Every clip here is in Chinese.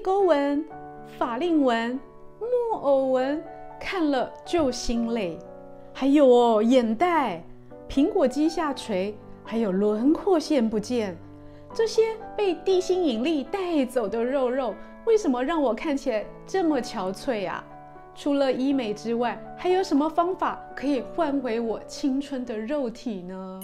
钩纹、法令纹、木偶纹，看了就心累。还有眼袋、苹果肌下垂，还有轮廓线不见，这些被地心引力带走的肉肉，为什么让我看起来这么憔悴啊？除了医美之外，还有什么方法可以换回我青春的肉体呢？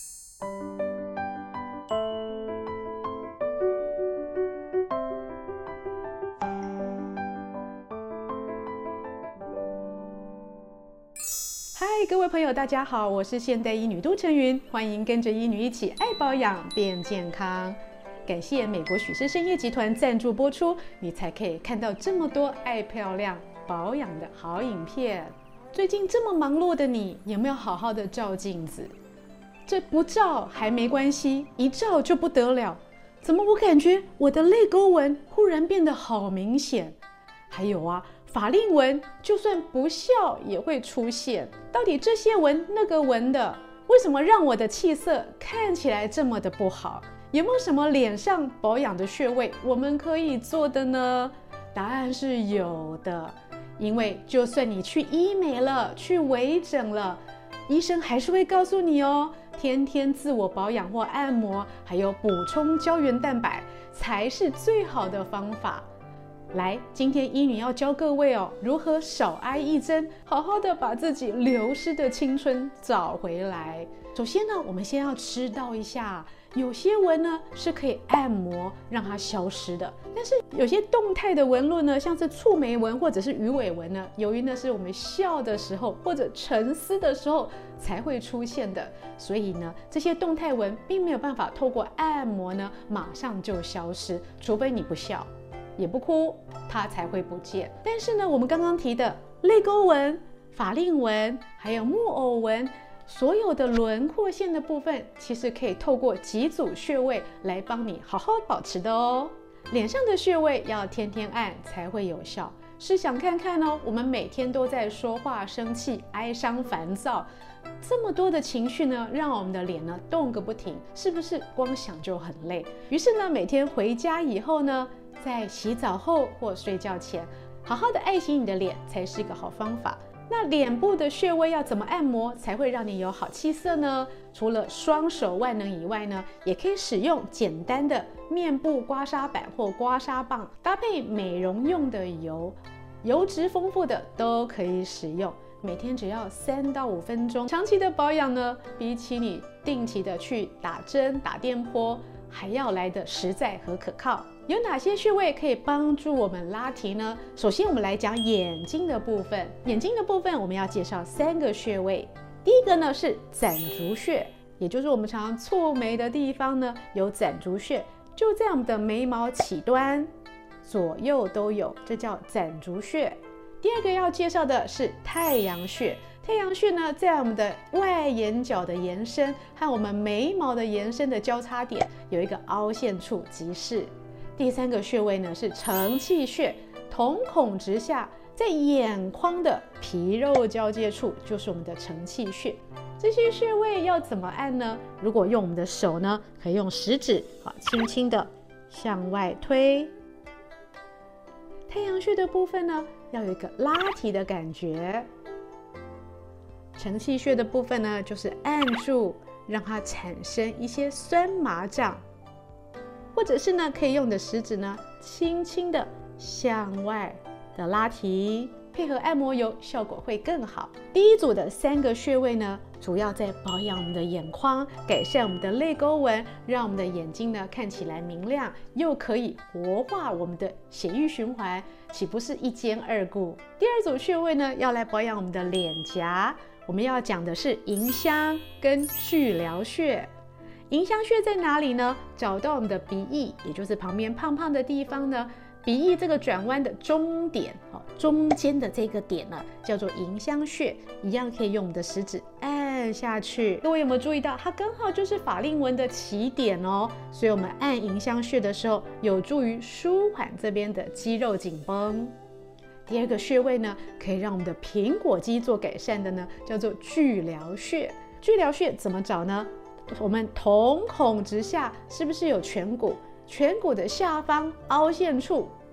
嗨，各位朋友，大家好，我是现代医女杜成云，欢迎跟着医女一起爱保养变健康。感谢美国许氏参业集团赞助播出，你才可以看到这么多爱漂亮保养的好影片。最近这么忙碌的你，有没有好好的照镜子？这不照还没关系，一照就不得了。怎么我感觉我的泪沟纹忽然变得好明显？还有啊，法令纹就算不笑也会出现。到底这些纹那个纹的，为什么让我的气色看起来这么的不好？有没有什么脸上保养的穴位我们可以做的呢？答案是有的。因为就算你去医美了，去微整了，医生还是会告诉你哦，天天自我保养或按摩，还有补充胶原蛋白才是最好的方法。来，今天医女要教各位哦，如何少挨一针，好好的把自己流失的青春找回来。首先呢，我们先要知道一下，有些纹呢是可以按摩让它消失的，但是有些动态的纹路呢，像是蹙眉纹或者是鱼尾纹呢，由于呢是我们笑的时候或者沉思的时候才会出现的，所以呢这些动态纹并没有办法透过按摩呢马上就消失，除非你不笑也不哭，它才会不见。但是呢，我们刚刚提的泪沟纹、法令纹还有木偶纹，所有的轮廓线的部分，其实可以透过几组穴位来帮你好好保持的哦。脸上的穴位要天天按才会有效。试想看看哦，我们每天都在说话、生气、哀伤、烦躁，这么多的情绪呢，让我们的脸呢动个不停，是不是光想就很累？于是呢，每天回家以后呢，在洗澡后或睡觉前，好好的爱惜你的脸，才是一个好方法。那脸部的穴位要怎么按摩才会让你有好气色呢？除了双手万能以外呢，也可以使用简单的面部刮痧板或刮痧棒，搭配美容用的油，油脂丰富的都可以使用。每天只要3到5分钟，长期的保养呢，比起你定期的去打针、打电波，还要来的实在和可靠。有哪些穴位可以帮助我们拉提呢？首先我们来讲眼睛的部分。眼睛的部分我们要介绍3个穴位。第一个呢是攒竹穴，也就是我们常常蹙眉的地方呢有攒竹穴，就在我们的眉毛起端左右都有，这叫攒竹穴。第二个要介绍的是太阳穴。太阳穴呢，在我们的外眼角的延伸和我们眉毛的延伸的交叉点有一个凹陷处，即是。第3个穴位呢是承泣穴，瞳孔直下，在眼眶的皮肉交界处就是我们的承泣穴。这些穴位要怎么按呢？如果用我们的手呢，可以用食指轻轻的向外推。太阳穴的部分呢，要有一个拉提的感觉。承泣穴的部分呢，就是按住，让它产生一些酸麻胀，或者是呢，可以用你的食指呢，轻轻的向外的拉提，配合按摩油，效果会更好。第一组的3个穴位呢，主要在保养我们的眼眶，改善我们的泪沟纹，让我们的眼睛呢看起来明亮，又可以活化我们的血液循环，岂不是一兼二顾？第2组穴位呢，要来保养我们的脸颊。我们要讲的是迎香跟巨髎穴。迎香穴在哪里呢？找到我们的鼻翼，也就是旁边胖胖的地方呢，鼻翼这个转弯的中点，中间的这个点呢，叫做迎香穴，一样可以用我们的食指按下去。各位有没有注意到，它刚好就是法令纹的起点哦，所以我们按迎香穴的时候，有助于舒缓这边的肌肉紧绷。第2个穴位呢，可以让我们的苹果肌做改善的呢，叫做巨髎穴。巨髎穴怎么找呢？我们瞳孔直下，是不是有颧骨？颧骨的下方凹陷处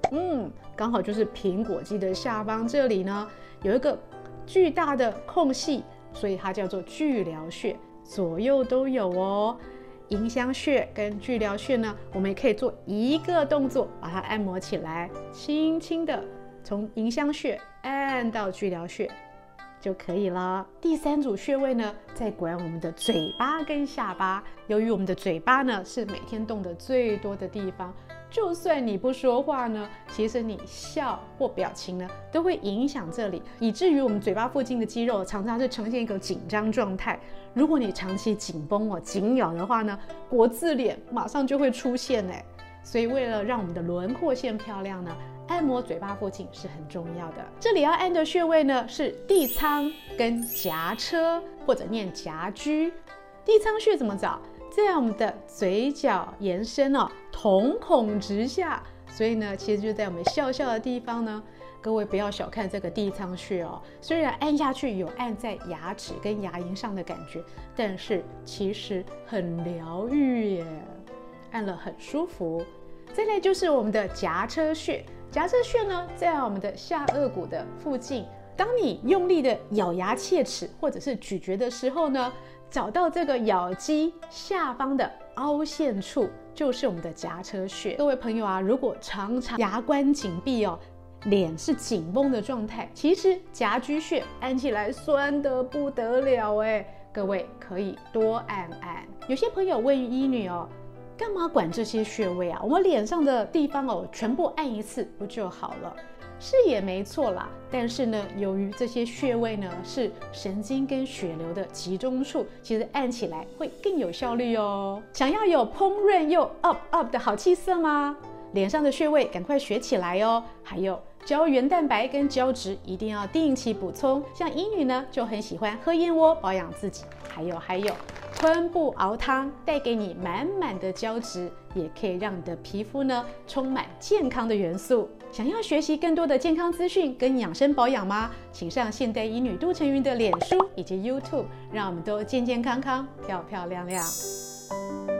刚好就是苹果肌的下方这里呢，有一个巨大的空隙，所以它叫做巨髎穴，左右都有哦。迎香穴跟巨髎穴呢，我们也可以做一个动作，把它按摩起来，轻轻的从迎香穴按到巨髎穴就可以了。第3组穴位呢，在管我们的嘴巴跟下巴。由于我们的嘴巴呢是每天动得最多的地方，就算你不说话呢，其实你笑或表情呢都会影响这里，以至于我们嘴巴附近的肌肉常常是呈现一个紧张状态。如果你长期紧绷紧咬的话呢，国字脸马上就会出现哎。所以为了让我们的轮廓线漂亮呢，按摩嘴巴附近是很重要的。这里要按的穴位呢是地仓跟颊车，或者念颊居。地仓穴怎么找？在我们的嘴角延伸瞳孔直下，所以呢，其实就在我们笑笑的地方呢。各位不要小看这个地仓穴虽然按下去有按在牙齿跟牙龈上的感觉，但是其实很疗愈耶，按了很舒服。再来就是我们的颊车穴，颊车穴呢，在我们的下颚骨的附近。当你用力的咬牙切齿或者是咀嚼的时候呢，找到这个咬肌下方的凹陷处，就是我们的颊车穴。各位朋友如果常常牙关紧闭脸是紧绷的状态，其实颊居穴按起来酸得不得了各位可以多按按。有些朋友问医女干嘛管这些穴位我们脸上的地方全部按一次不就好了？是也没错啦，但是呢，由于这些穴位呢是神经跟血流的集中处，其实按起来会更有效率哦。想要有烹饪又 up 的好气色吗？脸上的穴位赶快学起来哦。还有胶原蛋白跟胶质一定要定期补充，像医女呢就很喜欢喝燕窝保养自己，还有昆布熬汤带给你满满的胶质，也可以让你的皮肤呢充满健康的元素。想要学习更多的健康资讯跟养生保养吗？请上现代医女杜成云的脸书以及 YouTube， 让我们都健健康康、漂漂亮亮。